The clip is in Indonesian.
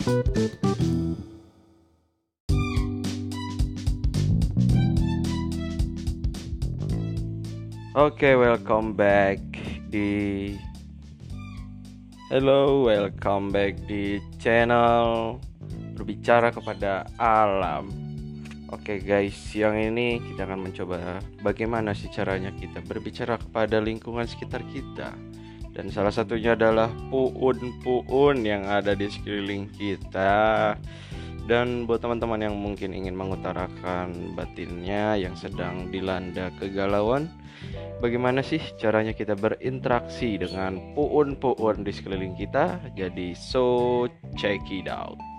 Oke, welcome back di welcome back di channel Berbicara Kepada Alam. Oke guys, siang ini kita akan mencoba bagaimana sih caranya kita berbicara kepada lingkungan sekitar kita. Dan salah satunya adalah puun-puun yang ada di sekeliling kita. Dan buat teman-teman yang mungkin ingin mengutarakan batinnya yang sedang dilanda kegalauan, bagaimana sih caranya kita berinteraksi dengan puun-puun di sekeliling kita? Jadi check it out.